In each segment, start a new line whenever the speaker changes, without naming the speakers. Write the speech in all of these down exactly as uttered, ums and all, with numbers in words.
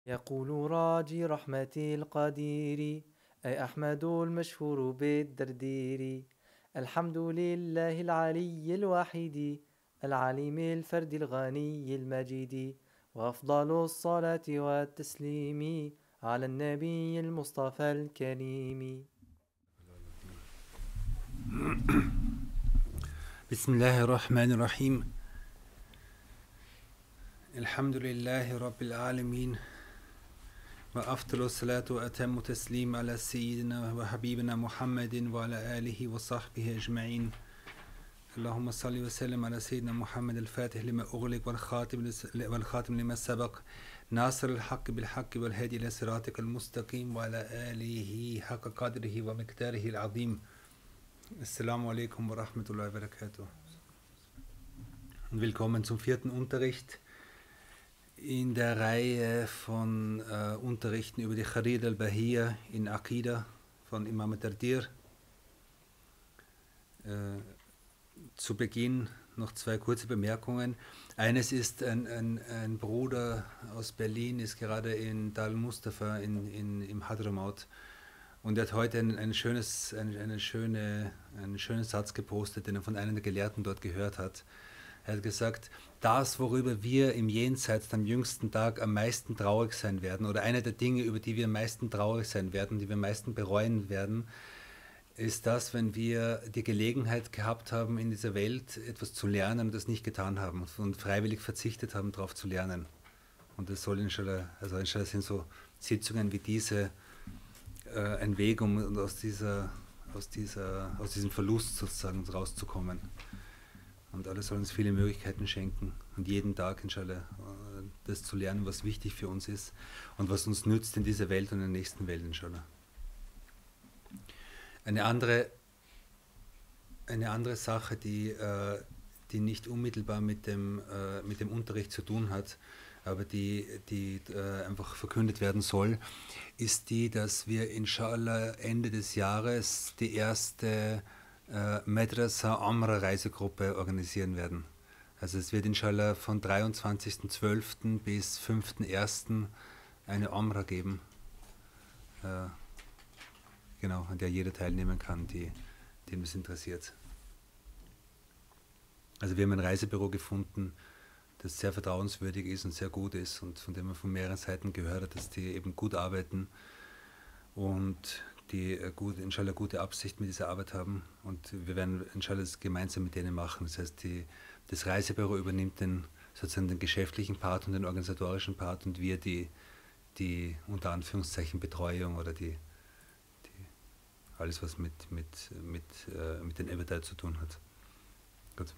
يقول راجي رحمة القدير أي أحمد المشهور بالدردير. الحمد لله العلي الواحد العليم الفرد الغني المجيد، وأفضل الصلاة والتسليم على النبي المصطفى الكريم.
بسم الله الرحمن الرحيم. الحمد لله رب العالمين، وأفضل الصلاة وأتم تسليم على سيدنا وحبيبنا محمد وعلى آله وصحبه أجمعين. اللهم صل وسلم على سيدنا محمد الفاتح لما أغلق والخاتم, والخاتم لما سبق، ناصر الحق بالحق والهادي إلى صراطك المستقيم، وعلى آله حق قدره ومقداره العظيم. Assalamu alaikum wa rahmatullahi wa barakatuh. Und willkommen zum vierten Unterricht in der Reihe von äh, Unterrichten über die Charid al-Bahiyya in Aqidah von Imam Dardir. Äh, zu Beginn noch zwei kurze Bemerkungen. Eines ist, ein, ein, ein Bruder aus Berlin ist gerade in Dar al-Mustafa in, in, im Hadramaut. Und er hat heute ein, ein schönes, ein, eine schöne, einen schönen Satz gepostet, den er von einem der Gelehrten dort gehört hat. Er hat gesagt, das, worüber wir im Jenseits am jüngsten Tag am meisten traurig sein werden, oder eine der Dinge, über die wir am meisten traurig sein werden, die wir am meisten bereuen werden, ist das, wenn wir die Gelegenheit gehabt haben, in dieser Welt etwas zu lernen und das nicht getan haben und freiwillig verzichtet haben, darauf zu lernen. Und das soll inshallah, also inshallah sind so Sitzungen wie diese ein Weg, um aus, dieser, aus, dieser, aus diesem Verlust sozusagen rauszukommen. Und Allah soll uns viele Möglichkeiten schenken und jeden Tag, inshallah, das zu lernen, was wichtig für uns ist und was uns nützt in dieser Welt und in der nächsten Welt, inshallah. Eine andere, eine andere Sache, die, die nicht unmittelbar mit dem, mit dem Unterricht zu tun hat, aber die, die äh, einfach verkündet werden soll, ist die, dass wir inshallah Ende des Jahres die erste äh, Madrasa Amra Reisegruppe organisieren werden. Also es wird inshallah von dreiundzwanzigsten zwölften bis fünften ersten eine Amra geben, äh, genau, an der jeder teilnehmen kann, die, dem es interessiert. Also wir haben ein Reisebüro gefunden, das sehr vertrauenswürdig ist und sehr gut ist und von dem man von mehreren Seiten gehört hat, dass die eben gut arbeiten und die gut, inshallah gute Absicht mit dieser Arbeit haben, und wir werden inshallah das gemeinsam mit denen machen. Das heißt, die, das Reisebüro übernimmt den, sozusagen den geschäftlichen Part und den organisatorischen Part und wir die, die unter Anführungszeichen Betreuung oder die, die alles, was mit, mit, mit, äh, mit den Eventide zu tun hat. Gut.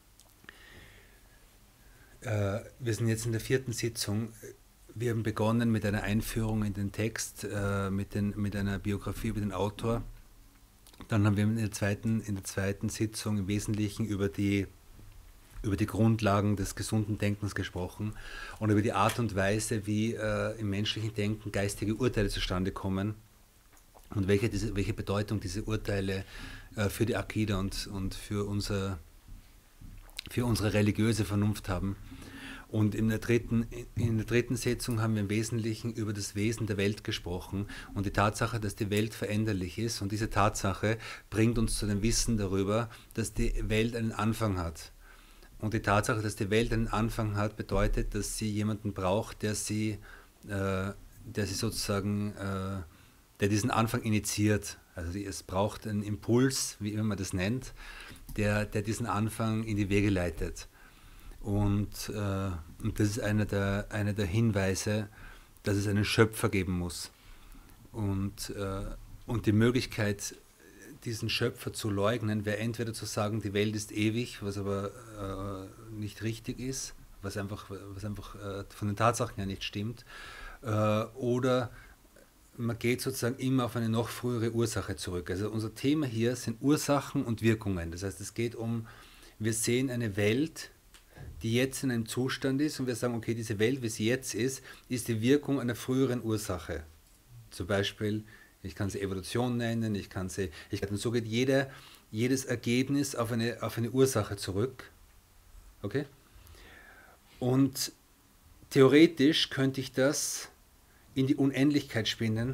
Wir sind jetzt in der vierten Sitzung. Wir haben begonnen mit einer Einführung in den Text, äh, mit, den, mit einer Biografie über den Autor. Dann haben wir in der zweiten, in der zweiten Sitzung im Wesentlichen über die, über die Grundlagen des gesunden Denkens gesprochen und über die Art und Weise, wie äh, im menschlichen Denken geistige Urteile zustande kommen und welche, diese, welche Bedeutung diese Urteile äh, für die Aqidah und, und für unser für unsere religiöse Vernunft haben. Und in der, dritten, in der dritten Sitzung haben wir im Wesentlichen über das Wesen der Welt gesprochen und die Tatsache, dass die Welt veränderlich ist. Und diese Tatsache bringt uns zu dem Wissen darüber, dass die Welt einen Anfang hat. Und die Tatsache, dass die Welt einen Anfang hat, bedeutet, dass sie jemanden braucht, der sie, äh, der sie sozusagen, äh, der diesen Anfang initiiert. Also es braucht einen Impuls, wie immer man das nennt, Der, der diesen Anfang in die Wege leitet. Und, äh, und das ist einer der, einer der Hinweise, dass es einen Schöpfer geben muss. Und, äh, und die Möglichkeit, diesen Schöpfer zu leugnen, wäre entweder zu sagen, die Welt ist ewig, was aber äh, nicht richtig ist, was einfach, was einfach äh, von den Tatsachen her nicht stimmt, äh, oder man geht sozusagen immer auf eine noch frühere Ursache zurück. Also unser Thema hier sind Ursachen und Wirkungen. Das heißt, es geht um, wir sehen eine Welt, die jetzt in einem Zustand ist und wir sagen, okay, diese Welt, wie sie jetzt ist, ist die Wirkung einer früheren Ursache. Zum Beispiel, ich kann sie Evolution nennen, ich kann sie, ich kann, so geht jeder, jedes Ergebnis auf eine, auf eine Ursache zurück. Okay? Und theoretisch könnte ich das in die Unendlichkeit spinnen,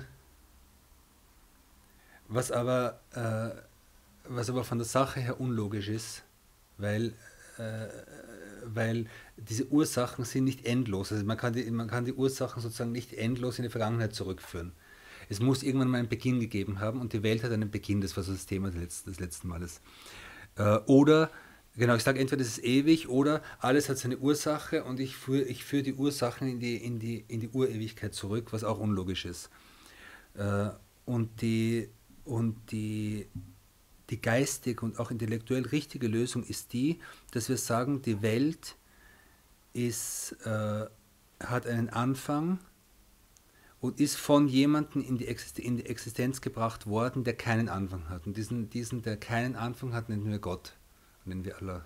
was aber, äh, was aber von der Sache her unlogisch ist, weil, äh, weil diese Ursachen sind nicht endlos. Also man kann, die, man kann die Ursachen sozusagen nicht endlos in die Vergangenheit zurückführen. Es muss irgendwann mal einen Beginn gegeben haben und die Welt hat einen Beginn, das war so das Thema des letzten, des letzten Males. Äh, oder, genau, ich sage entweder das ist ewig oder alles hat seine Ursache und ich führe ich führ die Ursachen in die, in, die, in die Urewigkeit zurück, was auch unlogisch ist. Äh, und die, und die, die geistig und auch intellektuell richtige Lösung ist die, dass wir sagen, die Welt ist, äh, hat einen Anfang und ist von jemandem in die, Existen in die Existenz gebracht worden, der keinen Anfang hat. Und diesen, diesen, der keinen Anfang hat, nennen wir Gott, nennen wir Allah.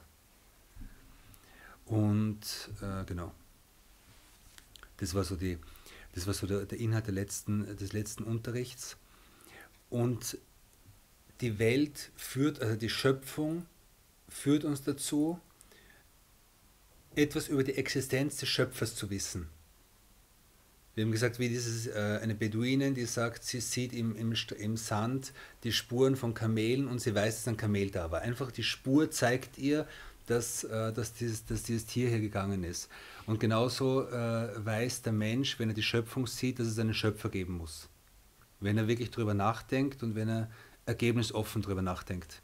Und äh, genau, das war so, die, das war so der, der Inhalt der letzten, des letzten Unterrichts. Und die Welt führt, also die Schöpfung führt uns dazu, etwas über die Existenz des Schöpfers zu wissen. Wir haben gesagt, wie dieses, äh, eine Beduinin, die sagt, sie sieht im, im, im Sand die Spuren von Kamelen und sie weiß, dass ein Kamel da war. Einfach die Spur zeigt ihr, dass, äh, dass, dieses, dass dieses Tier hier gegangen ist. Und genauso äh, weiß der Mensch, wenn er die Schöpfung sieht, dass es einen Schöpfer geben muss. Wenn er wirklich drüber nachdenkt und wenn er ergebnisoffen drüber nachdenkt.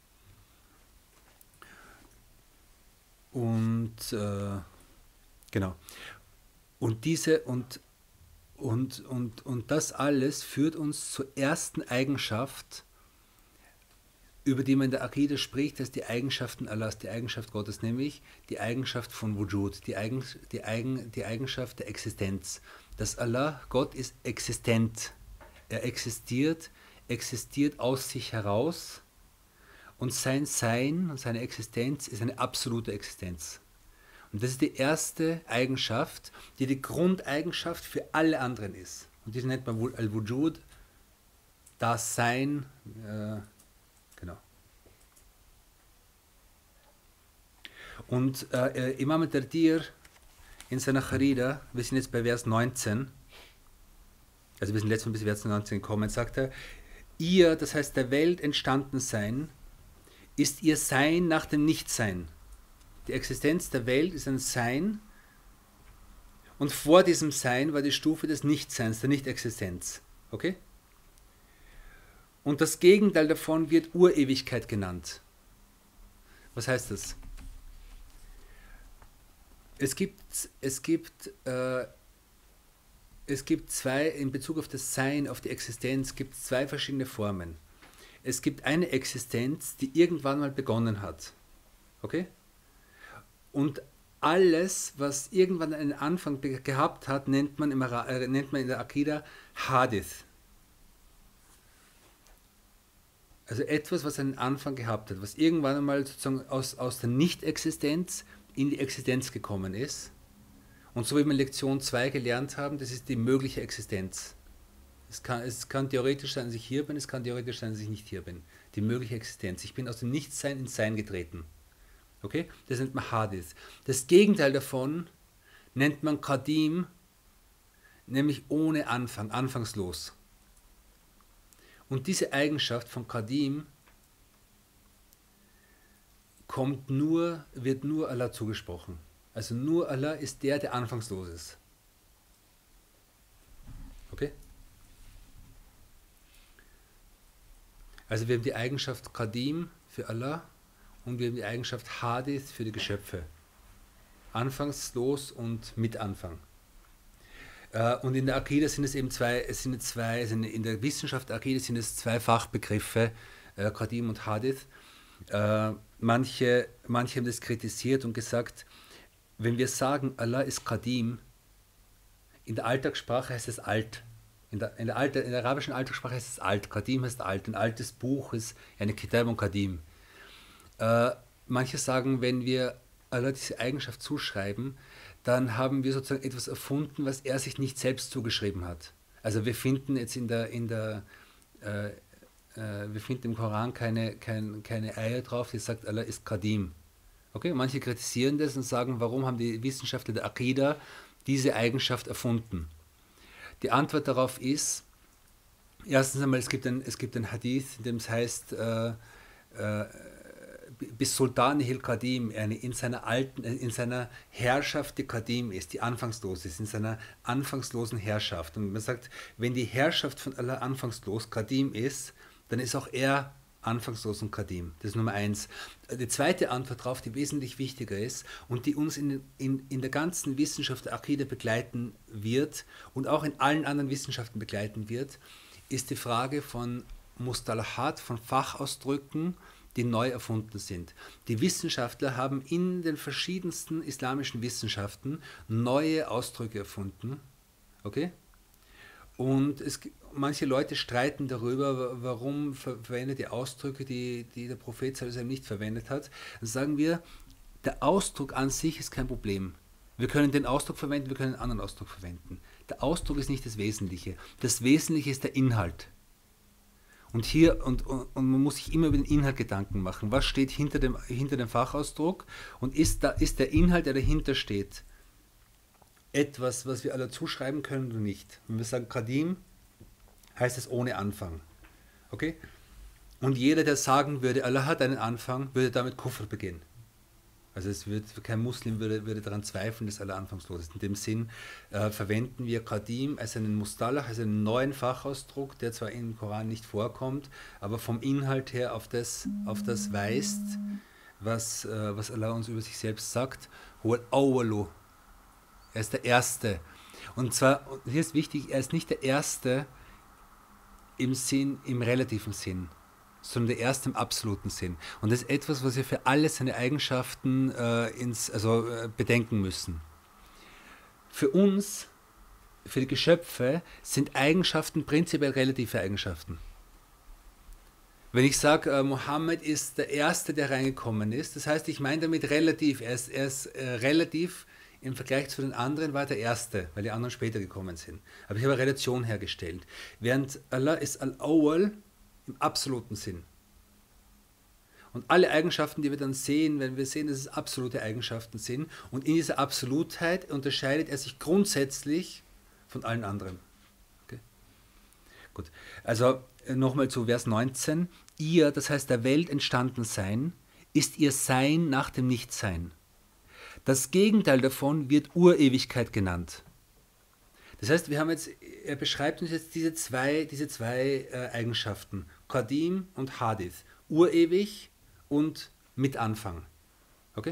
Und äh, genau. Und diese und Und, und, und das alles führt uns zur ersten Eigenschaft, über die man in der Akida spricht, das ist die Eigenschaften Allahs, die Eigenschaft Gottes, nämlich die Eigenschaft von Wujud, die, Eigen, die, Eigen, die Eigenschaft der Existenz. Dass Allah, Gott ist existent. Er existiert, existiert aus sich heraus und sein Sein und seine Existenz ist eine absolute Existenz. Und das ist die erste Eigenschaft, die die Grundeigenschaft für alle anderen ist. Und diese nennt man Al-Wujud, das Sein, äh, genau. Und äh, Imam al-Tardir in seiner Charida, wir sind jetzt bei Vers neunzehn, also wir sind letztes Mal bis Vers neunzehn gekommen, sagt er, ihr, das heißt der Welt entstanden sein, ist ihr Sein nach dem Nichtsein. Die Existenz der Welt ist ein Sein und vor diesem Sein war die Stufe des Nichtseins, der Nichtexistenz. Okay? Und das Gegenteil davon wird Urewigkeit genannt. Was heißt das? Es gibt, es gibt, äh, es gibt zwei, in Bezug auf das Sein, auf die Existenz, gibt es zwei verschiedene Formen. Es gibt eine Existenz, die irgendwann mal begonnen hat. Okay? Und alles, was irgendwann einen Anfang gehabt hat, nennt man, im, äh, nennt man in der Akida Hadith. Also etwas, was einen Anfang gehabt hat, was irgendwann einmal sozusagen aus, aus der Nicht-Existenz in die Existenz gekommen ist. Und so wie wir in Lektion zwei gelernt haben, das ist die mögliche Existenz. Es kann, es kann theoretisch sein, dass ich hier bin, es kann theoretisch sein, dass ich nicht hier bin. Die mögliche Existenz. Ich bin aus dem Nichtsein ins Sein getreten. Okay? Das nennt man Hadith. Das Gegenteil davon nennt man Qadim, nämlich ohne Anfang, anfangslos. Und diese Eigenschaft von Qadim kommt nur, wird nur Allah zugesprochen. Also nur Allah ist der, der anfangslos ist. Okay? Also wir haben die Eigenschaft Qadim für Allah und wir haben die Eigenschaft Hadith für die Geschöpfe. Anfangslos und mit Anfang. Und in der Akida sind es eben zwei, es sind zwei, also in der Wissenschaft der Akida sind es zwei Fachbegriffe, Qadim und Hadith. Manche, manche haben das kritisiert und gesagt, wenn wir sagen, Allah ist Qadim, in der Alltagssprache heißt es alt. In der, in der, Alter, in der arabischen Alltagssprache heißt es alt. Qadim heißt alt. Ein altes Buch ist eine Kitab und Qadim. Äh, manche sagen, wenn wir Allah diese Eigenschaft zuschreiben, dann haben wir sozusagen etwas erfunden, was er sich nicht selbst zugeschrieben hat. Also wir finden jetzt in der, in der äh, äh, wir finden im Koran keine, kein, keine Eier drauf, die sagt, Allah ist Qadim. Okay, manche kritisieren das und sagen, warum haben die Wissenschaftler der Akida diese Eigenschaft erfunden? Die Antwort darauf ist, erstens einmal, es gibt ein, es gibt ein Hadith, in dem es heißt, äh, äh, bis Sultan Hil Qadim, in seiner alten, in seiner Herrschaft, die Qadim ist, die anfangslos ist, in seiner anfangslosen Herrschaft. Und man sagt, wenn die Herrschaft von Allah anfangslos Qadim ist, dann ist auch er anfangslos und Qadim. Das ist Nummer eins. Die zweite Antwort darauf, die wesentlich wichtiger ist und die uns in, in, in der ganzen Wissenschaft der Akida begleiten wird und auch in allen anderen Wissenschaften begleiten wird, ist die Frage von Mustalahat, von Fachausdrücken, die neu erfunden sind. Die Wissenschaftler haben in den verschiedensten islamischen Wissenschaften neue Ausdrücke erfunden. Okay? Und es, manche Leute streiten darüber, warum verwendet die Ausdrücke, die, die der Prophet sallallahu alaihi wasallam nicht verwendet hat. Dann sagen wir, der Ausdruck an sich ist kein Problem. Wir können den Ausdruck verwenden, wir können einen anderen Ausdruck verwenden. Der Ausdruck ist nicht das Wesentliche. Das Wesentliche ist der Inhalt. Und hier, und, und, und man muss sich immer über den Inhalt Gedanken machen. Was steht hinter dem, hinter dem Fachausdruck? Und ist, da, ist der Inhalt, der dahinter steht, etwas, was wir alle zuschreiben können oder nicht? Wenn wir sagen Qadim, heißt es ohne Anfang. Okay? Und jeder, der sagen würde, Allah hat einen Anfang, würde damit Kufr begehen. Also es wird, kein Muslim würde, würde daran zweifeln, dass Allah anfangslos ist. In dem Sinn äh, verwenden wir Qadim als einen Mustalach, als einen neuen Fachausdruck, der zwar im Koran nicht vorkommt, aber vom Inhalt her auf das, auf das weist, was, äh, was Allah uns über sich selbst sagt. Huwal awwalu. Er ist der Erste. Und zwar, hier ist wichtig, er ist nicht der Erste im Sinn, im relativen Sinn, sondern der Erste im absoluten Sinn. Und das ist etwas, was wir für alle seine Eigenschaften äh, ins, also, äh, bedenken müssen. Für uns, für die Geschöpfe, sind Eigenschaften prinzipiell relative Eigenschaften. Wenn ich sage, äh, Mohammed ist der Erste, der reingekommen ist, das heißt, ich meine damit relativ, er ist, er ist äh, relativ im Vergleich zu den anderen war der Erste, weil die anderen später gekommen sind. Aber ich habe eine Relation hergestellt. Während Allah ist Al-Awwal im absoluten Sinn. Und alle Eigenschaften, die wir dann sehen, wenn wir sehen, dass es absolute Eigenschaften sind, und in dieser Absolutheit unterscheidet er sich grundsätzlich von allen anderen. Okay? Gut, also nochmal zu Vers neunzehn. Ihr, das heißt der Welt entstanden sein, ist ihr Sein nach dem Nichtsein. Das Gegenteil davon wird Urewigkeit genannt. Das heißt, wir haben jetzt, er beschreibt uns jetzt diese zwei, diese zwei äh, Eigenschaften, Qadim und Hadith, urewig und mit Anfang. Okay?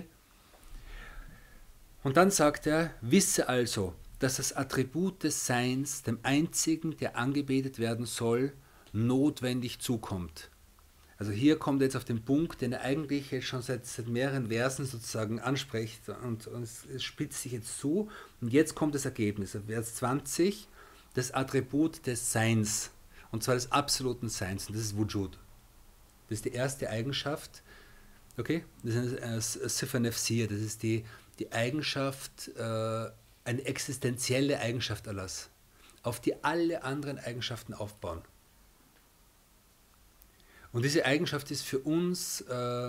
Und dann sagt er, wisse also, dass das Attribut des Seins dem Einzigen, der angebetet werden soll, notwendig zukommt. Also hier kommt er jetzt auf den Punkt, den er eigentlich jetzt schon seit, seit mehreren Versen sozusagen anspricht, und, und es, es spitzt sich jetzt zu, und jetzt kommt das Ergebnis. Vers zwanzig, das Attribut des Seins, und zwar des absoluten Seins, und das ist Wujud. Das ist die erste Eigenschaft, okay? Das ist eine Sifa Nafsiyya, das ist die, die Eigenschaft, äh, eine existenzielle Eigenschaft Allahs, auf die alle anderen Eigenschaften aufbauen. Und diese Eigenschaft ist für uns äh,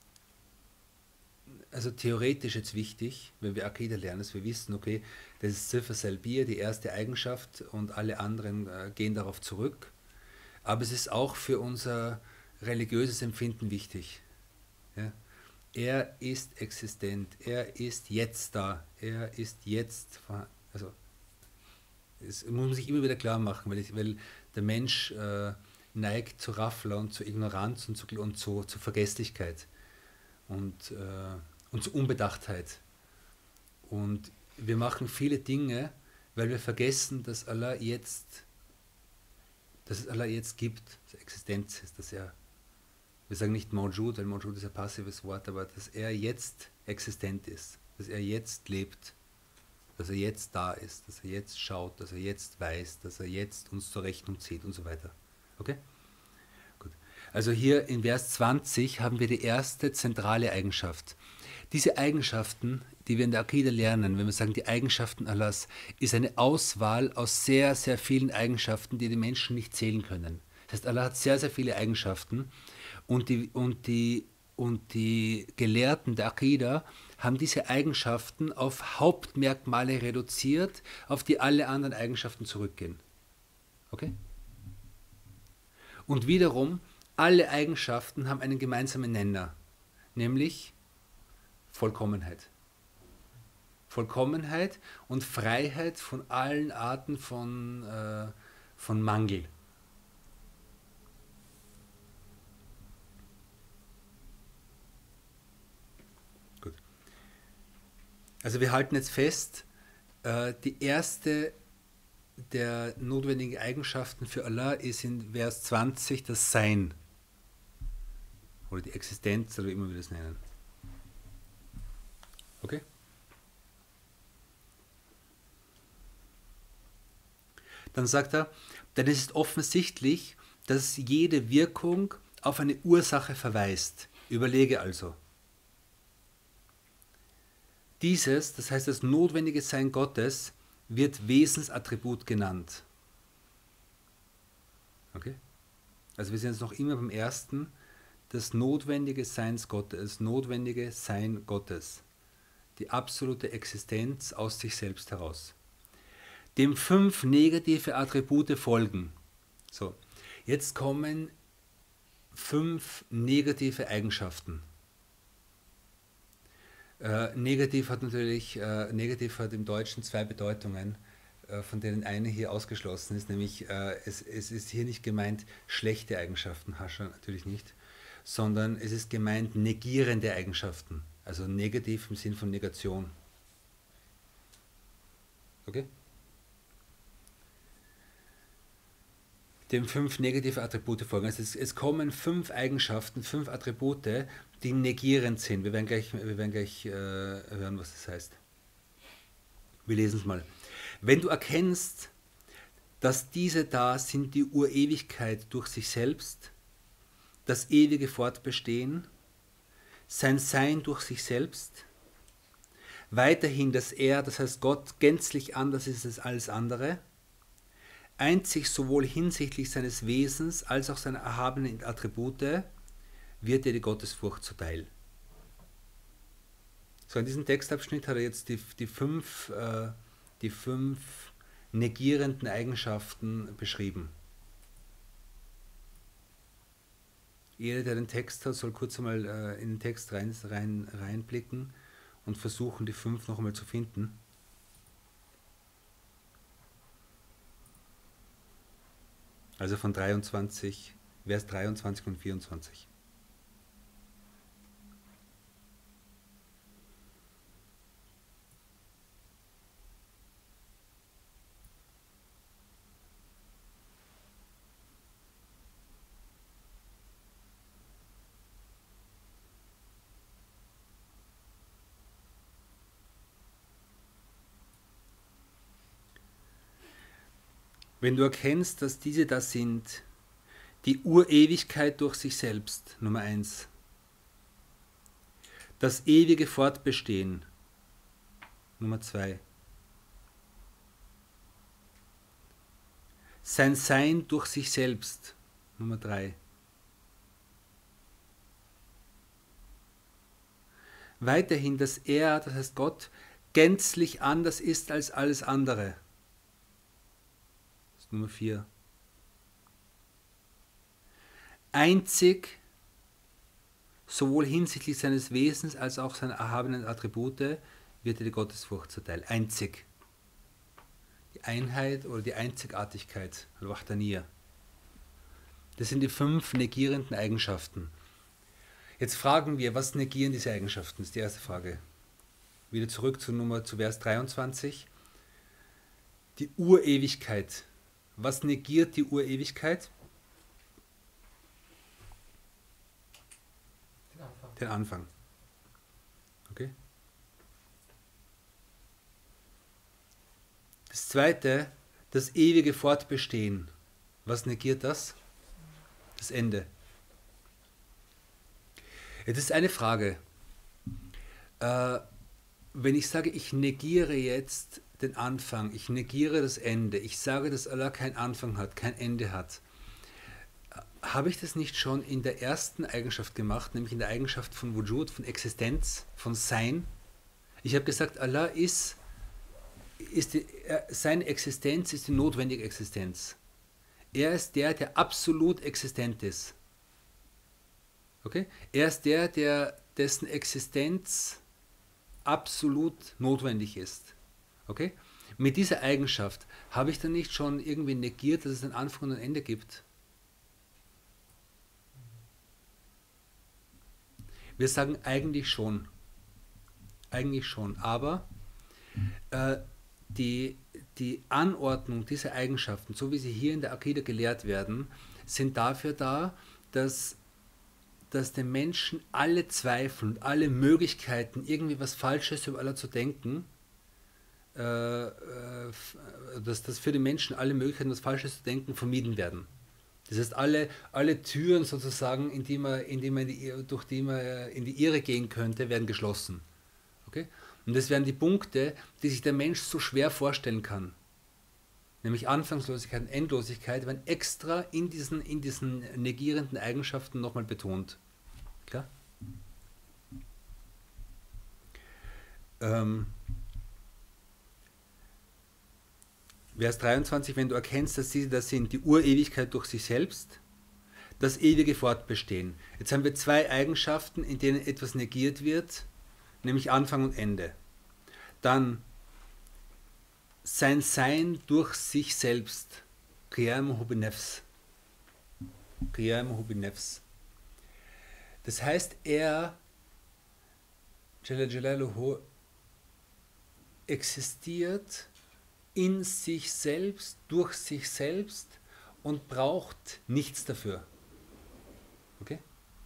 also theoretisch jetzt wichtig, wenn wir Akida lernen, dass wir wissen, okay, das ist Sifa Salbiyya, die erste Eigenschaft, und alle anderen äh, gehen darauf zurück. Aber es ist auch für unser religiöses Empfinden wichtig. Ja? Er ist existent, er ist jetzt da, er ist jetzt vorhanden. Also, das muss man sich immer wieder klar machen, weil, ich, weil der Mensch äh, neigt zu Raffler und zu Ignoranz und zu, und zu, zu Vergesslichkeit und, äh, und zu Unbedachtheit. Und wir machen viele Dinge, weil wir vergessen, dass Allah jetzt, dass es Allah jetzt gibt, dass Existenz ist, dass er, wir sagen nicht Mawjud, weil Mawjud ist ein passives Wort, aber dass er jetzt existent ist, dass er jetzt lebt, dass er jetzt da ist, dass er jetzt schaut, dass er jetzt weiß, dass er jetzt uns zur Rechnung zieht und so weiter. Okay? Gut. Also hier in Vers zwanzig haben wir die erste zentrale Eigenschaft. Diese Eigenschaften, die wir in der Akida lernen, wenn wir sagen, die Eigenschaften Allahs, ist eine Auswahl aus sehr, sehr vielen Eigenschaften, die die Menschen nicht zählen können. Das heißt, Allah hat sehr, sehr viele Eigenschaften, und die, und die, und die Gelehrten der Akida haben diese Eigenschaften auf Hauptmerkmale reduziert, auf die alle anderen Eigenschaften zurückgehen. Okay? Und wiederum, alle Eigenschaften haben einen gemeinsamen Nenner, nämlich Vollkommenheit. Vollkommenheit und Freiheit von allen Arten von, äh, von Mangel. Gut. Also wir halten jetzt fest, äh, die erste der notwendigen Eigenschaften für Allah ist in Vers zwanzig das Sein. Oder die Existenz, oder wie immer wir das nennen. Okay? Dann sagt er, denn es ist offensichtlich, dass jede Wirkung auf eine Ursache verweist. Überlege also. Dieses, das heißt das notwendige Sein Gottes, wird Wesensattribut genannt. Okay? Also wir sind jetzt noch immer beim ersten, das notwendige Sein Gottes, das notwendige Sein Gottes. Die absolute Existenz aus sich selbst heraus. Dem fünf negative Attribute folgen. So, jetzt kommen fünf negative Eigenschaften. Äh, negativ hat natürlich, äh, negativ hat im Deutschen zwei Bedeutungen, äh, von denen eine hier ausgeschlossen ist, nämlich äh, es, es ist hier nicht gemeint schlechte Eigenschaften, Hascha natürlich nicht, sondern es ist gemeint negierende Eigenschaften, also negativ im Sinn von Negation. Okay? Dem fünf negative Attribute folgen. Also es, es kommen fünf Eigenschaften, fünf Attribute, die negierend sind. Wir werden gleich, wir werden gleich äh, hören, was das heißt. Wir lesen es mal. Wenn du erkennst, dass diese da sind die Urewigkeit durch sich selbst, das ewige Fortbestehen, sein Sein durch sich selbst, weiterhin, dass er, das heißt Gott, gänzlich anders ist als alles andere, einzig sowohl hinsichtlich seines Wesens als auch seiner erhabenen Attribute, wird dir die Gottesfurcht zuteil. So, in diesem Textabschnitt hat er jetzt die, die, fünf, äh, die fünf negierenden Eigenschaften beschrieben. Jeder, der den Text hat, soll kurz einmal äh, in den Text rein, rein, reinblicken und versuchen, die fünf noch einmal zu finden. Also von dreiundzwanzig, Vers dreiundzwanzig und vierundzwanzig. Wenn du erkennst, dass diese da sind, die Urewigkeit durch sich selbst, Nummer eins, das ewige Fortbestehen, Nummer zwei, sein Sein durch sich selbst, Nummer drei, weiterhin, dass er, das heißt Gott, gänzlich anders ist als alles andere, Nummer vier. Einzig, sowohl hinsichtlich seines Wesens als auch seiner erhabenen Attribute, wird dir die Gottesfurcht zuteil. Einzig. Die Einheit oder die Einzigartigkeit, Al-Wahdaniya. Das sind die fünf negierenden Eigenschaften. Jetzt fragen wir, was negieren diese Eigenschaften? Das ist die erste Frage. Wieder zurück zu Nummer zu Vers dreiundzwanzig. Die Urewigkeit. Was negiert die Urewigkeit?
Den Anfang.
Den Anfang. Okay? Das zweite, das ewige Fortbestehen. Was negiert das? Das Ende. Jetzt ist eine Frage. Äh, wenn ich sage, ich negiere jetzt den Anfang, ich negiere das Ende, ich sage, dass Allah keinen Anfang hat, kein Ende hat, habe ich das nicht schon in der ersten Eigenschaft gemacht, nämlich in der Eigenschaft von Wujud, von Existenz, von Sein? Ich habe gesagt, Allah ist, ist die, er, seine Existenz ist die notwendige Existenz. Er ist der, der absolut existent ist. Okay? Er ist der, der dessen Existenz absolut notwendig ist. Okay? Mit dieser Eigenschaft habe ich dann nicht schon irgendwie negiert, dass es einen Anfang und ein Ende gibt? Wir sagen eigentlich schon. Eigentlich schon. Aber äh, die, die Anordnung dieser Eigenschaften, so wie sie hier in der Akida gelehrt werden, sind dafür da, dass, dass den Menschen alle Zweifel und alle Möglichkeiten, irgendwie was Falsches über Allah zu denken, äh, äh, dass, dass für die Menschen alle Möglichkeiten, was Falsches zu denken, vermieden werden. Das heißt, alle, alle Türen sozusagen, in die man, in die man die, durch die man in die Irre gehen könnte, werden geschlossen. Okay? Und das wären die Punkte, die sich der Mensch so schwer vorstellen kann. Nämlich Anfangslosigkeit und Endlosigkeit werden extra in diesen, in diesen negierenden Eigenschaften nochmal betont. Klar? Ähm, Vers dreiundzwanzig, wenn du erkennst, dass sie das sind, die Urewigkeit durch sich selbst, das ewige Fortbestehen. Jetzt haben wir zwei Eigenschaften, in denen etwas negiert wird, nämlich Anfang und Ende. Dann sein Sein durch sich selbst. Qiyam hubinefs. Qiyam hubinefs. Das heißt, er, Jalla Jalaluhu, existiert in sich selbst, durch sich selbst und braucht nichts dafür. Okay?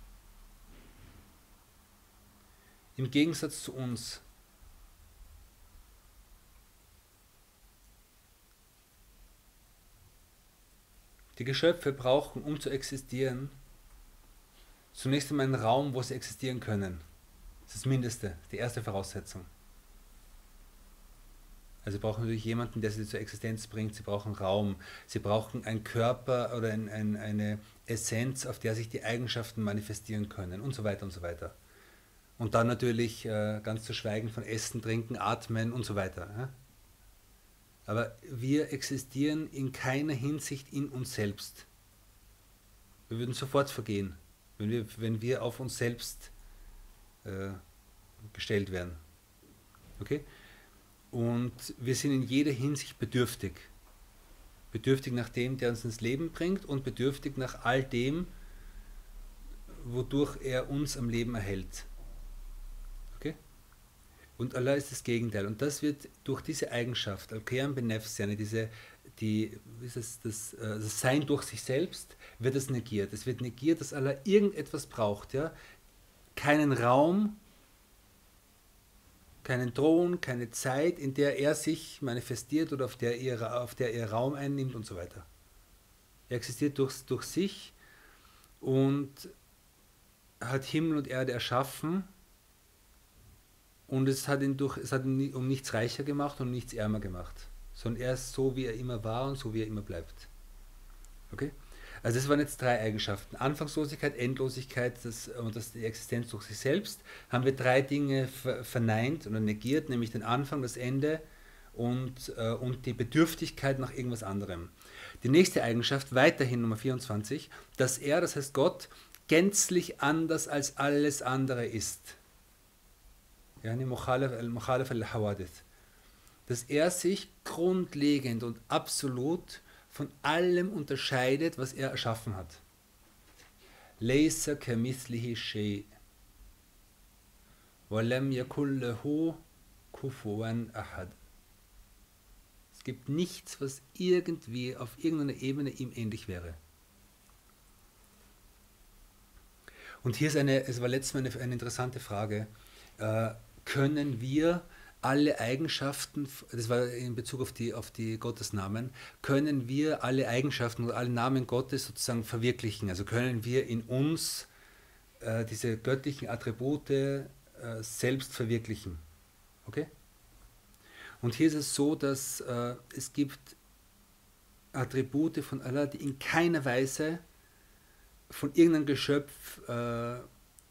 Im Gegensatz zu uns. Die Geschöpfe brauchen, um zu existieren, zunächst einmal einen Raum, wo sie existieren können. Das ist das Mindeste, die erste Voraussetzung. Also sie brauchen natürlich jemanden, der sie zur Existenz bringt, sie brauchen Raum, sie brauchen einen Körper oder ein, ein, eine Essenz, auf der sich die Eigenschaften manifestieren können und so weiter und so weiter. Und dann natürlich äh, ganz zu schweigen von Essen, Trinken, Atmen und so weiter. Ja? Aber wir existieren in keiner Hinsicht in uns selbst. Wir würden sofort vergehen, wenn wir, wenn wir auf uns selbst äh, gestellt wären. Okay? Und wir sind in jeder Hinsicht bedürftig. Bedürftig nach dem, der uns ins Leben bringt und bedürftig nach all dem, wodurch er uns am Leben erhält. Okay? Und Allah ist das Gegenteil. Und das wird durch diese Eigenschaft, Al-Qiyam bin-Nafs, diese, die, ist es, das, das Sein durch sich selbst, wird es negiert. Es wird negiert, dass Allah irgendetwas braucht. Ja? Keinen Raum, keinen Thron, keine Zeit, in der er sich manifestiert oder auf der er, auf der er Raum einnimmt und so weiter. Er existiert durch, durch sich und hat Himmel und Erde erschaffen und es hat ihn, durch, es hat ihn um nichts reicher gemacht und nichts ärmer gemacht, sondern er ist so, wie er immer war und so, wie er immer bleibt. Okay? Also das waren jetzt drei Eigenschaften. Anfangslosigkeit, Endlosigkeit das, und das, die Existenz durch sich selbst. Haben wir drei Dinge verneint oder negiert, nämlich den Anfang, das Ende und, äh, und die Bedürftigkeit nach irgendwas anderem. Die nächste Eigenschaft, weiterhin Nummer vierundzwanzig, dass er, das heißt Gott, gänzlich anders als alles andere ist. Yani Mukhalaf al-Hawadith. Dass er sich grundlegend und absolut von allem unterscheidet, was er erschaffen hat. Laysa kamithlihi shay. Wa lam yakul lahu kufuwan ahad. Es gibt nichts, was irgendwie auf irgendeiner Ebene ihm ähnlich wäre. Und hier ist eine, es war letztes Mal eine, eine interessante Frage, äh, können wir alle Eigenschaften, das war in Bezug auf die, auf die Gottesnamen, können wir alle Eigenschaften oder alle Namen Gottes sozusagen verwirklichen? Also können wir in uns äh, diese göttlichen Attribute äh, selbst verwirklichen? Okay? Und hier ist es so, dass äh, es gibt Attribute von Allah, die in keiner Weise von irgendeinem Geschöpf äh,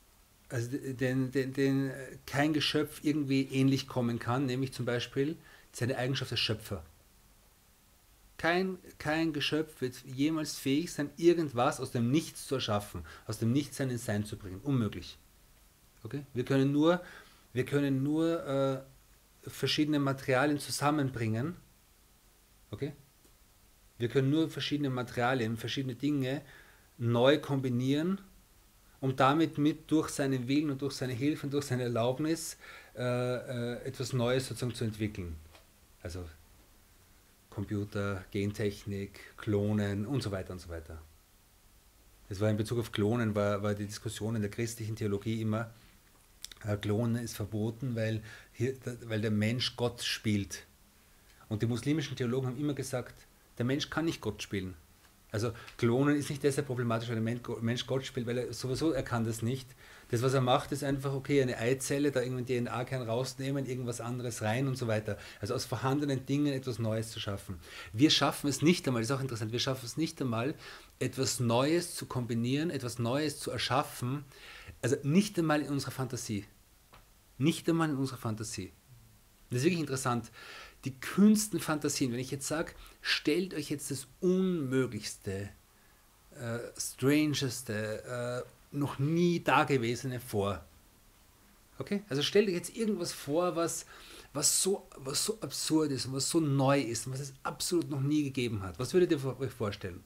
also den, den, den kein Geschöpf irgendwie ähnlich kommen kann, nämlich zum Beispiel seine Eigenschaft als Schöpfer. Kein, kein Geschöpf wird jemals fähig sein, irgendwas aus dem Nichts zu erschaffen, aus dem Nichtsein ins Sein zu bringen. Unmöglich. Okay? Wir können nur, wir können nur äh, verschiedene Materialien zusammenbringen. Okay? Wir können nur verschiedene Materialien, verschiedene Dinge neu kombinieren, um damit mit durch seinen Willen und durch seine Hilfe und durch seine Erlaubnis äh, äh, etwas Neues sozusagen zu entwickeln. Also Computer, Gentechnik, Klonen und so weiter und so weiter. Das war in Bezug auf Klonen, war, war die Diskussion in der christlichen Theologie immer, äh, Klonen ist verboten, weil, hier, weil der Mensch Gott spielt. Und die muslimischen Theologen haben immer gesagt, der Mensch kann nicht Gott spielen. Also Klonen ist nicht deshalb problematisch, weil der Mensch Gott spielt, weil er sowieso, er kann das nicht. Das, was er macht, ist einfach, okay, eine Eizelle, da irgendeinen D N A-Kern rausnehmen, irgendwas anderes rein und so weiter. Also aus vorhandenen Dingen etwas Neues zu schaffen. Wir schaffen es nicht einmal, das ist auch interessant, wir schaffen es nicht einmal, etwas Neues zu kombinieren, etwas Neues zu erschaffen, also nicht einmal in unserer Fantasie. Nicht einmal in unserer Fantasie. Das ist wirklich interessant. Die kühnsten Fantasien, wenn ich jetzt sage, stellt euch jetzt das Unmöglichste, äh, Strangeste, äh, noch nie Dagewesene vor. Okay? Also stellt euch jetzt irgendwas vor, was, was, so, was so absurd ist und was so neu ist und was es absolut noch nie gegeben hat. Was würdet ihr euch vorstellen?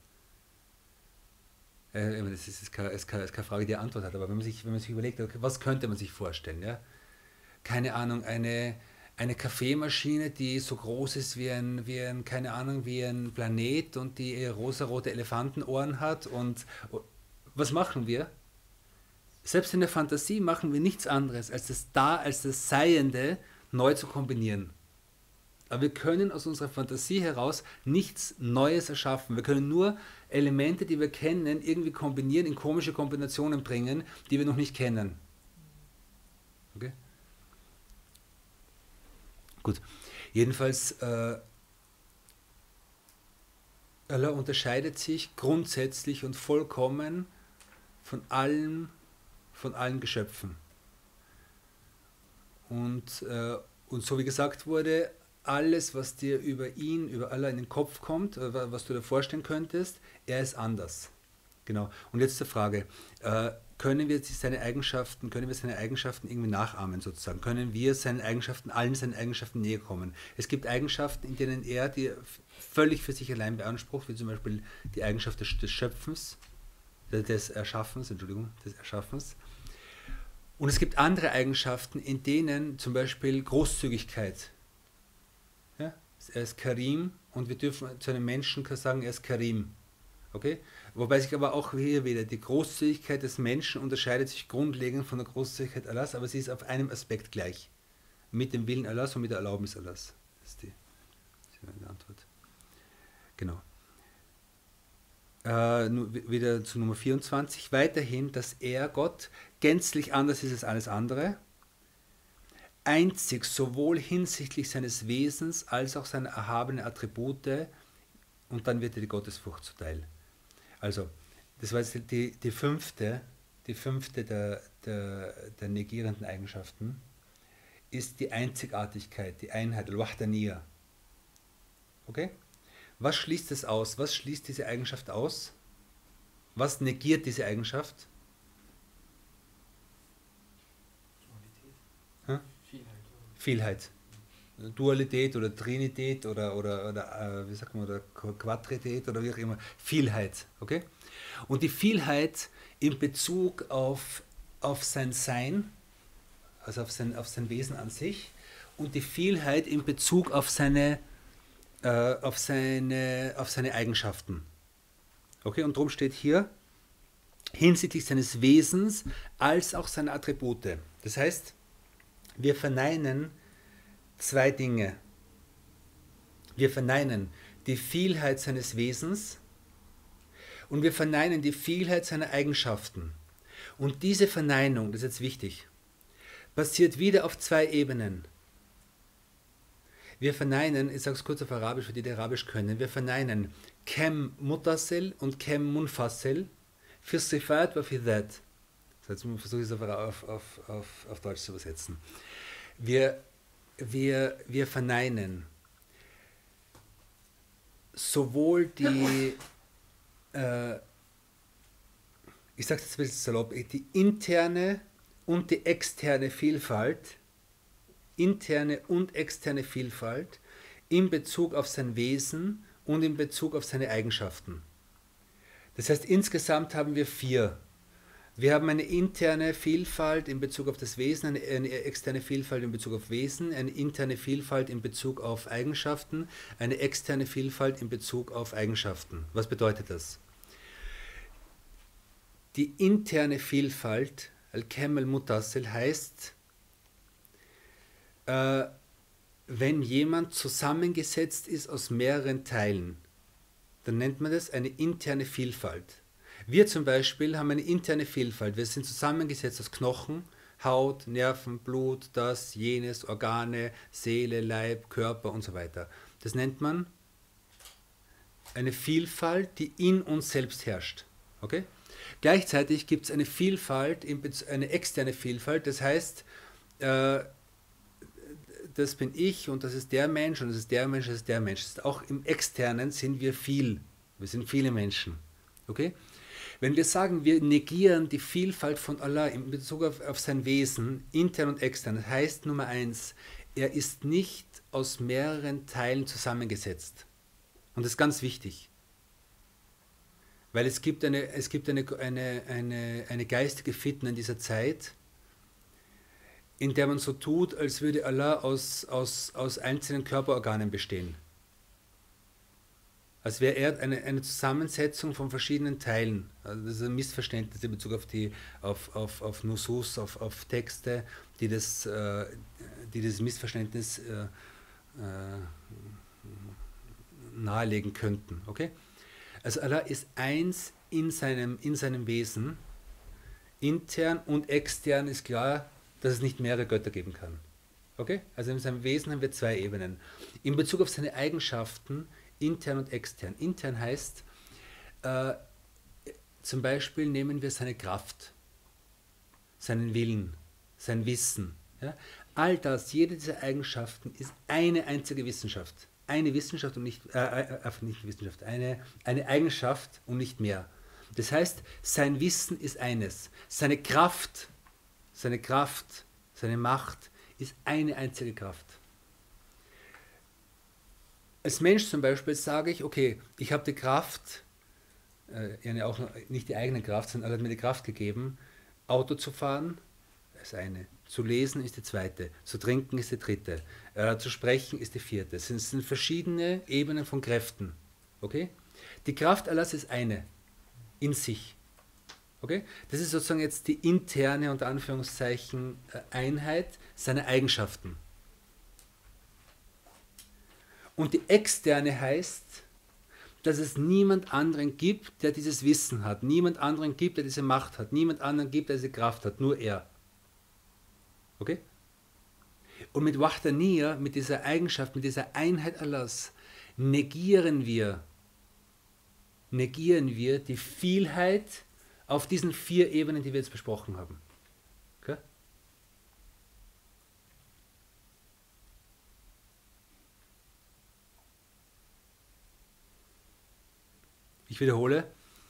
Äh, das ist, ist, keine, ist, keine, ist keine Frage, die Antwort hat, aber wenn man sich, wenn man sich überlegt, okay, was könnte man sich vorstellen? Ja? Keine Ahnung, eine... Eine Kaffeemaschine, die so groß ist wie ein, wie ein, keine Ahnung, wie ein Planet und die rosarote Elefantenohren hat. Und was machen wir? Selbst in der Fantasie machen wir nichts anderes, als das Da, als das Seiende neu zu kombinieren. Aber wir können aus unserer Fantasie heraus nichts Neues erschaffen. Wir können nur Elemente, die wir kennen, irgendwie kombinieren, in komische Kombinationen bringen, die wir noch nicht kennen. Okay? Gut, jedenfalls, äh, Allah unterscheidet sich grundsätzlich und vollkommen von allen, von allen Geschöpfen. Und, äh, und so wie gesagt wurde, alles, was dir über ihn, über Allah in den Kopf kommt, äh, was du dir vorstellen könntest, er ist anders. Genau. Und jetzt zur Frage, äh, können wir seine Eigenschaften, können wir seine Eigenschaften irgendwie nachahmen sozusagen? Können wir seinen Eigenschaften, allen seinen Eigenschaften näher kommen? Es gibt Eigenschaften, in denen er die völlig für sich allein beansprucht, wie zum Beispiel die Eigenschaft des, des Schöpfens, des Erschaffens, Entschuldigung, des Erschaffens. Und es gibt andere Eigenschaften, in denen zum Beispiel Großzügigkeit, ja, er ist Karim und wir dürfen zu einem Menschen sagen, er ist Karim. Okay? Wobei sich aber auch hier wieder die Großzügigkeit des Menschen unterscheidet sich grundlegend von der Großzügigkeit Allahs, aber sie ist auf einem Aspekt gleich. Mit dem Willen Allahs und mit der Erlaubnis Allahs. Das ist die, das ist die Antwort. Genau. Äh, wieder zu Nummer vierundzwanzig. Weiterhin, dass er, Gott, gänzlich anders ist als alles andere. Einzig sowohl hinsichtlich seines Wesens als auch seiner erhabenen Attribute, und dann wird dir die Gottesfurcht zuteil. Also, das war jetzt die, die fünfte, die fünfte der, der, der negierenden Eigenschaften, ist die Einzigartigkeit, die Einheit, Al-Wahdaniya. Okay? Was schließt es aus? Was schließt diese Eigenschaft aus? Was negiert diese Eigenschaft? Hm? Vielheit. Vielheit. Dualität oder Trinität oder, oder, oder äh, wie sagt man, oder Quadrität oder wie auch immer. Vielheit, okay? Und die Vielheit in Bezug auf, auf sein Sein, also auf sein, auf sein Wesen an sich, und die Vielheit in Bezug auf seine, äh, auf seine, auf seine Eigenschaften. Okay, und darum steht hier, hinsichtlich seines Wesens als auch seiner Attribute. Das heißt, wir verneinen zwei Dinge. Wir verneinen die Vielheit seines Wesens und wir verneinen die Vielheit seiner Eigenschaften. Und diese Verneinung, das ist jetzt wichtig, passiert wieder auf zwei Ebenen. Wir verneinen, ich sage es kurz auf Arabisch, für die, die Arabisch können, wir verneinen Kem Muttasil und Kem Munfasil für Sifat wa für That. Jetzt versuche ich es auf, auf, auf, auf, auf Deutsch zu übersetzen. Wir, wir, wir verneinen sowohl die, äh, ich sage es jetzt ein bisschen salopp, die interne und die externe Vielfalt, interne und externe Vielfalt in Bezug auf sein Wesen und in Bezug auf seine Eigenschaften. Das heißt, insgesamt haben wir vier. Wir haben eine interne Vielfalt in Bezug auf das Wesen, eine, eine externe Vielfalt in Bezug auf Wesen, eine interne Vielfalt in Bezug auf Eigenschaften, eine externe Vielfalt in Bezug auf Eigenschaften. Was bedeutet das? Die interne Vielfalt, Al-Kamil Muttasil, heißt, äh, wenn jemand zusammengesetzt ist aus mehreren Teilen, dann nennt man das eine interne Vielfalt. Wir zum Beispiel haben eine interne Vielfalt. Wir sind zusammengesetzt aus Knochen, Haut, Nerven, Blut, das, jenes, Organe, Seele, Leib, Körper und so weiter. Das nennt man eine Vielfalt, die in uns selbst herrscht. Okay? Gleichzeitig gibt es eine Vielfalt, eine externe Vielfalt, das heißt, äh, das bin ich und das ist der Mensch und das ist der Mensch, das ist der Mensch. Das ist auch im Externen sind wir viel. Wir sind viele Menschen. Okay? Wenn wir sagen, wir negieren die Vielfalt von Allah in Bezug auf, auf sein Wesen, intern und extern, das heißt Nummer eins, er ist nicht aus mehreren Teilen zusammengesetzt. Und das ist ganz wichtig. Weil es gibt eine, es gibt eine, eine, eine, eine geistige Fitna in dieser Zeit, in der man so tut, als würde Allah aus, aus, aus einzelnen Körperorganen bestehen. Als wäre er eine, eine Zusammensetzung von verschiedenen Teilen. Also das ist ein Missverständnis in Bezug auf, die, auf, auf, auf Nusus, auf, auf Texte, die das, äh, die das Missverständnis äh, äh, nahelegen könnten. Okay? Also Allah ist eins in seinem, in seinem Wesen. Intern und extern ist klar, dass es nicht mehrere Götter geben kann. Okay? Also in seinem Wesen haben wir zwei Ebenen. In Bezug auf seine Eigenschaften, intern und extern. Intern heißt, äh, zum Beispiel nehmen wir seine Kraft, seinen Willen, sein Wissen. Ja? All das, jede dieser Eigenschaften ist eine einzige Wissenschaft. Eine Wissenschaft und nicht, äh, äh, nicht Wissenschaft, eine, eine Eigenschaft und nicht mehr. Das heißt, sein Wissen ist eines. Seine Kraft, seine Kraft, seine Macht ist eine einzige Kraft. Als Mensch zum Beispiel sage ich, okay, ich habe die Kraft, äh, auch nicht die eigene Kraft, sondern Allah hat mir die Kraft gegeben, Auto zu fahren, das ist eine. Zu lesen ist die zweite. Zu trinken ist die dritte. Äh, zu sprechen ist die vierte. Es sind, es sind verschiedene Ebenen von Kräften. Okay? Die Kraft Allahs ist eine. In sich. Okay? Das ist sozusagen jetzt die interne, unter Anführungszeichen, Einheit seiner Eigenschaften. Und die externe heißt, dass es niemand anderen gibt, der dieses Wissen hat. Niemand anderen gibt, der diese Macht hat. Niemand anderen gibt, der diese Kraft hat. Nur er. Okay? Und mit Wahdaniya, mit dieser Eigenschaft, mit dieser Einheit Allahs, negieren wir, negieren wir die Vielheit auf diesen vier Ebenen, die wir jetzt besprochen haben. Okay? Ich wiederhole.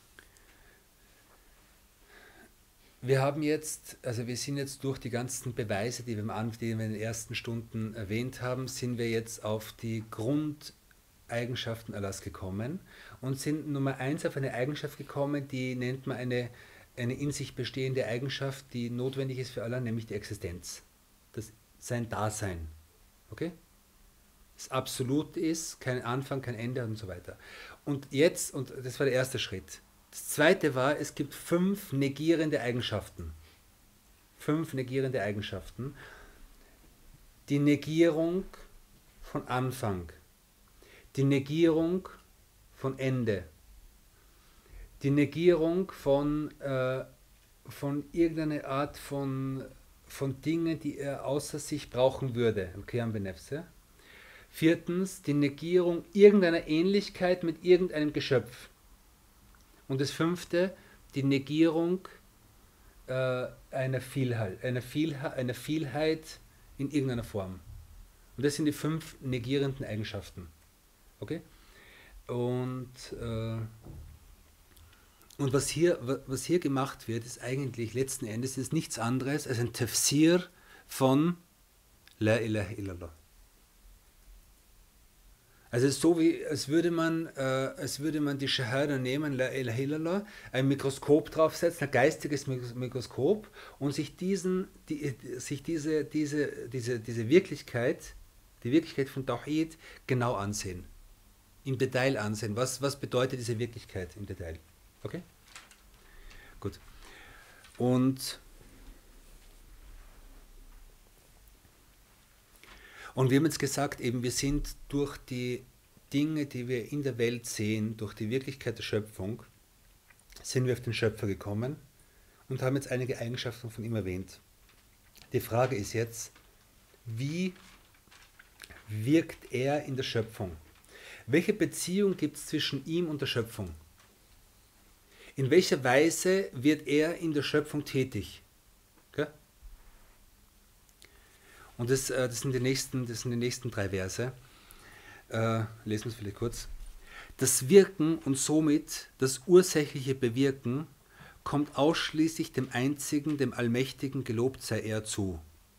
Wir haben jetzt, also wir sind jetzt durch die ganzen Beweise, die wir, am, die wir in den ersten Stunden erwähnt haben, sind wir jetzt auf die Grundeigenschaften Allahs gekommen und sind Nummer eins auf eine Eigenschaft gekommen, die nennt man eine, eine in sich bestehende Eigenschaft, die notwendig ist für Allah, nämlich die Existenz. Das sein Dasein. Okay? Das absolut ist, kein Anfang, kein Ende und so weiter. Und jetzt, und das war der erste Schritt. Das zweite war, es gibt fünf negierende Eigenschaften. Fünf negierende Eigenschaften. Die Negierung von Anfang. Die Negierung von Ende. Die Negierung von, äh, von irgendeiner Art von, von Dingen, die er außer sich brauchen würde. Viertens, die Negierung irgendeiner Ähnlichkeit mit irgendeinem Geschöpf. Und das fünfte, die Negierung äh, einer, Vielheit, einer, Vielheit, einer Vielheit in irgendeiner Form. Und das sind die fünf negierenden Eigenschaften. Okay? Und, äh, und was, hier, was hier gemacht wird, ist eigentlich letzten Endes ist nichts anderes als ein Tafsir von La ilaha illallah. Also es ist so wie, als würde man, äh, als würde man die Shahada nehmen, La ilaha illallah, ein Mikroskop draufsetzen, ein geistiges Mikroskop und sich, diesen, die, sich diese, diese, diese, diese Wirklichkeit, die Wirklichkeit von Tawhid genau ansehen. Im Detail ansehen. Was, was bedeutet diese Wirklichkeit im Detail? Okay? Gut. Und, und wir haben jetzt gesagt, eben wir sind durch die Dinge, die wir in der Welt sehen, durch die Wirklichkeit der Schöpfung, sind wir auf den Schöpfer gekommen und haben jetzt einige Eigenschaften von ihm erwähnt. Die Frage ist jetzt, wie wirkt er in der Schöpfung? Welche Beziehung gibt es zwischen ihm und der Schöpfung? In welcher Weise wird er in der Schöpfung tätig? Okay? Und das, das, sind die nächsten, das sind die nächsten drei Verse. Äh, lesen wir es vielleicht kurz. Das Wirken und somit das ursächliche Bewirken kommt ausschließlich dem Einzigen, dem Allmächtigen, gelobt sei er zu.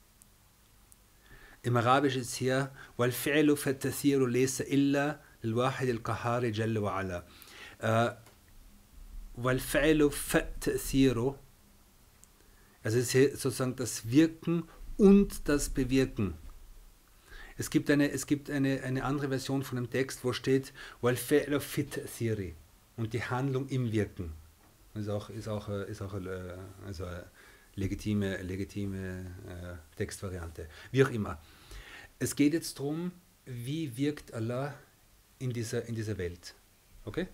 Im Arabischen ist hier وَالْفِعْلُ فَالتَّثِيرُ لَيْسَ إِلَّا لِلْوَاحِدِ الْقَهَّارِ جَلَّ وَعَلَى وَالْفِعْلُ فَالتَّثِيرُ, also es ist hier sozusagen das Wirken und das Bewirken. Es gibt eine, es gibt eine, eine andere Version von dem Text, wo steht وَالْفِعْلُ فِالتَّثِيرِ und die Handlung im Wirken. Das ist auch, ist auch, ist auch eine, also eine legitime, legitime äh, Textvariante. Wie auch immer. Es geht jetzt darum, wie wirkt Allah in dieser, in dieser Welt. Okay?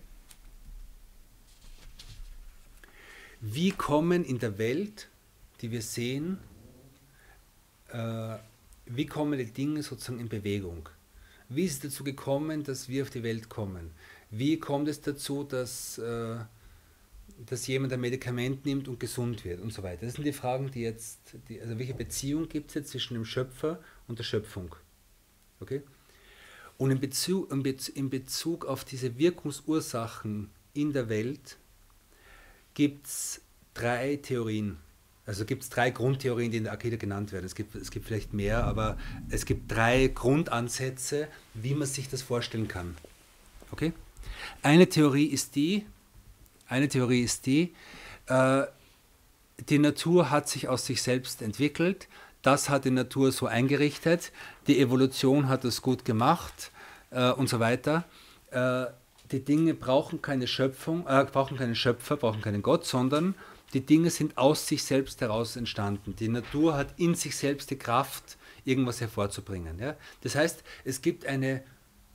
Wie kommen in der Welt, die wir sehen, äh, wie kommen die Dinge sozusagen in Bewegung? Wie ist es dazu gekommen, dass wir auf die Welt kommen? Wie kommt es dazu, dass, äh, dass jemand ein Medikament nimmt und gesund wird und so weiter? Das sind die Fragen, die jetzt, die, also welche Beziehung gibt es jetzt zwischen dem Schöpfer und der Schöpfung? Okay? Und in Bezug, in Bezug auf diese Wirkungsursachen in der Welt gibt es drei Theorien. Also gibt es drei Grundtheorien, die in der Akida genannt werden. Es gibt, es gibt vielleicht mehr, aber es gibt drei Grundansätze, wie man sich das vorstellen kann. Okay? Eine Theorie ist die, eine Theorie ist die, äh, die Natur hat sich aus sich selbst entwickelt, das hat die Natur so eingerichtet, die Evolution hat das gut gemacht äh, und so weiter. Äh, die Dinge brauchen keine Schöpfung, äh, brauchen keinen Schöpfer, brauchen keinen Gott, sondern die Dinge sind aus sich selbst heraus entstanden. Die Natur hat in sich selbst die Kraft, irgendwas hervorzubringen. Ja? Das heißt, es gibt eine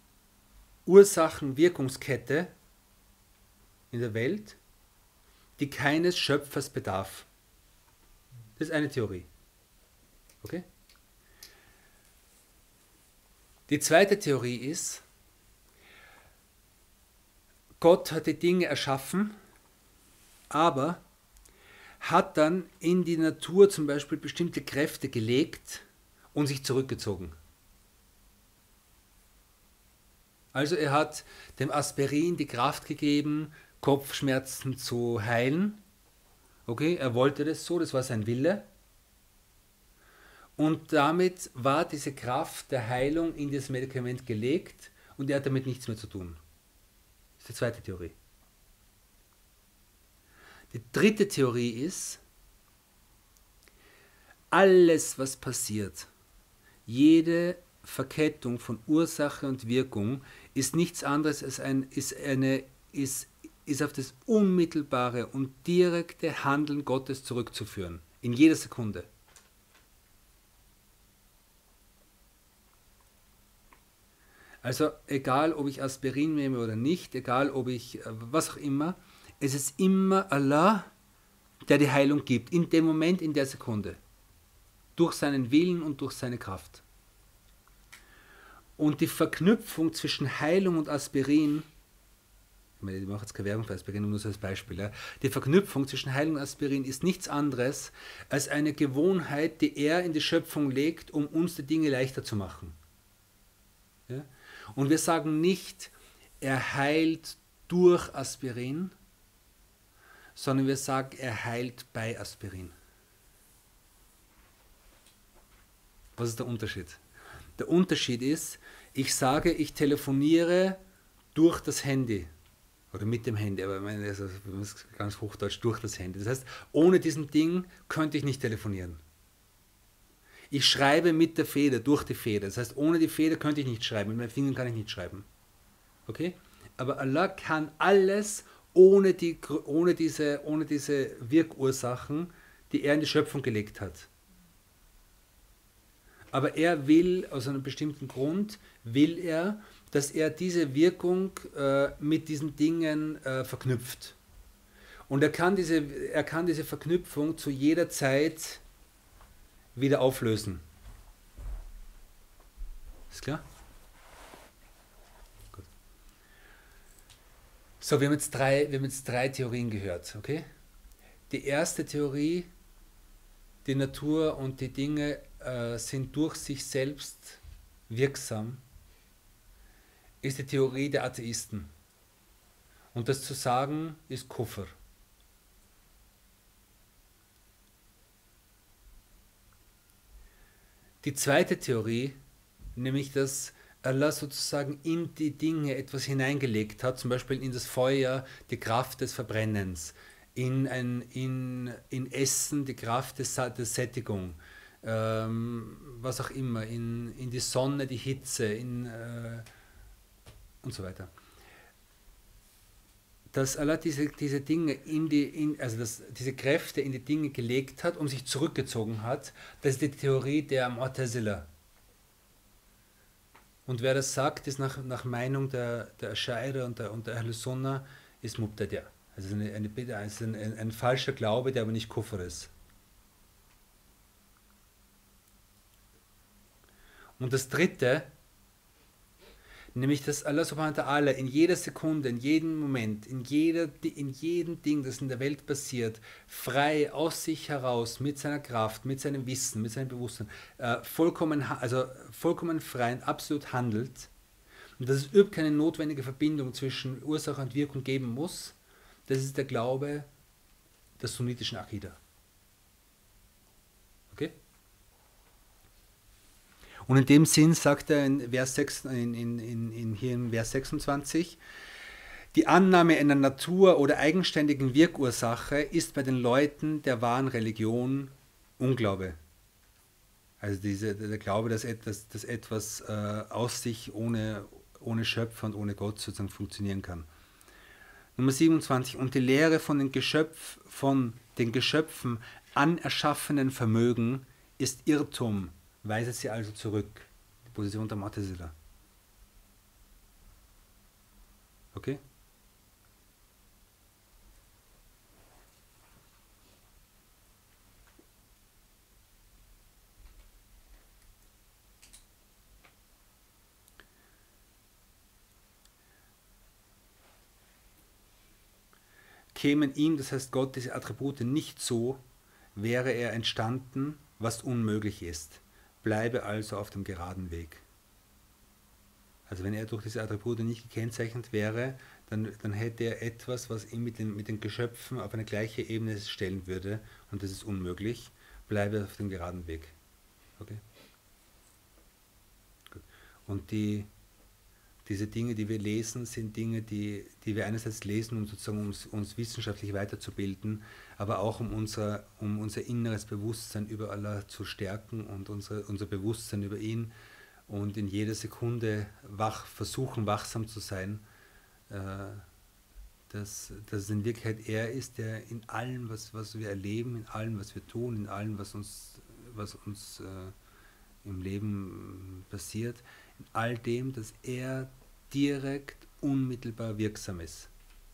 Ursachen-Wirkungskette in der Welt, die keines Schöpfers bedarf. Das ist eine Theorie. Okay? Die zweite Theorie ist, Gott hat die Dinge erschaffen, aber hat dann in die Natur zum Beispiel bestimmte Kräfte gelegt und sich zurückgezogen. Also er hat dem Aspirin die Kraft gegeben, Kopfschmerzen zu heilen. Okay, er wollte das so, das war sein Wille. Und damit war diese Kraft der Heilung in das Medikament gelegt und er hat damit nichts mehr zu tun. Das ist die zweite Theorie. Die dritte Theorie ist, alles, was passiert, jede Verkettung von Ursache und Wirkung ist nichts anderes als ein, ist eine, ist, ist auf das unmittelbare und direkte Handeln Gottes zurückzuführen. In jeder Sekunde. Also egal, ob ich Aspirin nehme oder nicht, egal, ob ich, was auch immer, es ist immer Allah, der die Heilung gibt, in dem Moment, in der Sekunde. Durch seinen Willen und durch seine Kraft. Und die Verknüpfung zwischen Heilung und Aspirin Ich meine, ich mache jetzt keine Werbung für Aspirin, nur so als Beispiel. Ja. Die Verknüpfung zwischen Heilung und Aspirin ist nichts anderes als eine Gewohnheit, die er in die Schöpfung legt, um uns die Dinge leichter zu machen. Ja. Und wir sagen nicht, er heilt durch Aspirin, sondern wir sagen, er heilt bei Aspirin. Was ist der Unterschied? Der Unterschied ist, ich sage, ich telefoniere durch das Handy oder mit dem Handy, aber ich meine, also ganz hochdeutsch durch das Handy. Das heißt, ohne diesem Ding könnte ich nicht telefonieren. Ich schreibe mit der Feder, durch die Feder. Das heißt, ohne die Feder könnte ich nicht schreiben, mit meinen Fingern kann ich nicht schreiben. Okay? Aber Allah kann alles ohne, die, ohne, diese, ohne diese Wirkursachen, die er in die Schöpfung gelegt hat. Aber er will, aus einem bestimmten Grund, will er, dass er diese Wirkung äh, mit diesen Dingen äh, verknüpft. Und er kann, diese, er kann diese Verknüpfung zu jeder Zeit wieder auflösen. Ist klar? Gut. So, wir haben jetzt drei, wir haben jetzt drei Theorien gehört, okay? Die erste Theorie, die Natur und die Dinge äh, sind durch sich selbst wirksam, ist die Theorie der Atheisten. Und das zu sagen, ist Kufr. Die zweite Theorie, nämlich dass Allah sozusagen in die Dinge etwas hineingelegt hat, zum Beispiel in das Feuer die Kraft des Verbrennens, in, ein, in, in Essen die Kraft des, der Sättigung, ähm, was auch immer, in, in die Sonne die Hitze, in, äh, und so weiter. Dass Allah diese, diese Dinge in die, in, also dass diese Kräfte in die Dinge gelegt hat und sich zurückgezogen hat, das ist die Theorie der Mu'tazila. Und wer das sagt, ist nach, nach Meinung der, der Ash'aira und der, und der Ahl Sunnah, ist Mubtadi'. Also eine, eine, also ein, ein, ein falscher Glaube, der aber nicht Kufr ist. Und das dritte, nämlich dass Allah subhanahu wa ta'ala in jeder Sekunde, in jedem Moment, in, jeder, in jedem Ding, das in der Welt passiert, frei aus sich heraus, mit seiner Kraft, mit seinem Wissen, mit seinem Bewusstsein, äh, vollkommen, also vollkommen frei und absolut handelt, und dass es überhaupt keine notwendige Verbindung zwischen Ursache und Wirkung geben muss, das ist der Glaube der sunnitischen Akida. Okay? Und in dem Sinn sagt er in Vers sechs, in, in, in, in, hier in Vers sechsundzwanzig, die Annahme einer Natur- oder eigenständigen Wirkursache ist bei den Leuten der wahren Religion Unglaube. Also diese, der Glaube, dass etwas, dass etwas äh, aus sich ohne, ohne Schöpfer und ohne Gott sozusagen funktionieren kann. Nummer siebenundzwanzig, und die Lehre von den, Geschöpf, von den Geschöpfen an erschaffenen Vermögen ist Irrtum. Weise sie also zurück. Die Position der Mu'tazila. Okay? Kämen ihm, das heißt Gott, diese Attribute nicht so, wäre er entstanden, was unmöglich ist. Bleibe also auf dem geraden Weg. Also wenn er durch diese Attribute nicht gekennzeichnet wäre, dann, dann hätte er etwas, was ihn mit den, mit den Geschöpfen auf eine gleiche Ebene stellen würde, und das ist unmöglich. Bleibe auf dem geraden Weg. Okay? Gut. Und die, diese Dinge, die wir lesen, sind Dinge, die, die wir einerseits lesen, um sozusagen uns, uns wissenschaftlich weiterzubilden, aber auch um unser, um unser inneres Bewusstsein über Allah zu stärken und unsere, unser Bewusstsein über ihn, und in jeder Sekunde wach, versuchen, wachsam zu sein, äh, dass, dass es in Wirklichkeit er ist, der in allem, was, was wir erleben, in allem, was wir tun, in allem, was uns, was uns äh, im Leben passiert, in all dem, dass er direkt, unmittelbar wirksam ist.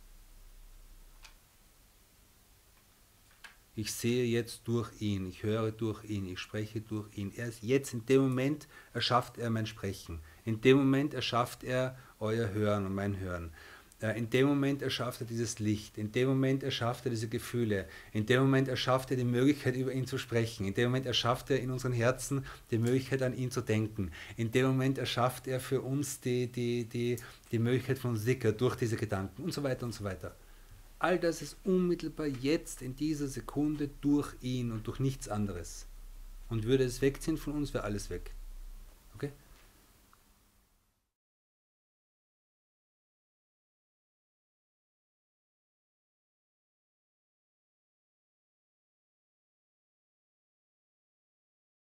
Ich sehe jetzt durch ihn, ich höre durch ihn, ich spreche durch ihn. Er ist jetzt, in dem Moment erschafft er mein Sprechen. In dem Moment erschafft er euer Hören und mein Hören. In dem Moment erschafft er dieses Licht, in dem Moment erschafft er diese Gefühle, in dem Moment erschafft er die Möglichkeit, über ihn zu sprechen, in dem Moment erschafft er in unseren Herzen die Möglichkeit, an ihn zu denken, in dem Moment erschafft er für uns die, die, die, die Möglichkeit von Zikr durch diese Gedanken und so weiter und so weiter. All das ist unmittelbar jetzt in dieser Sekunde durch ihn und durch nichts anderes. Und würde es wegziehen von uns, wäre alles weg. Okay?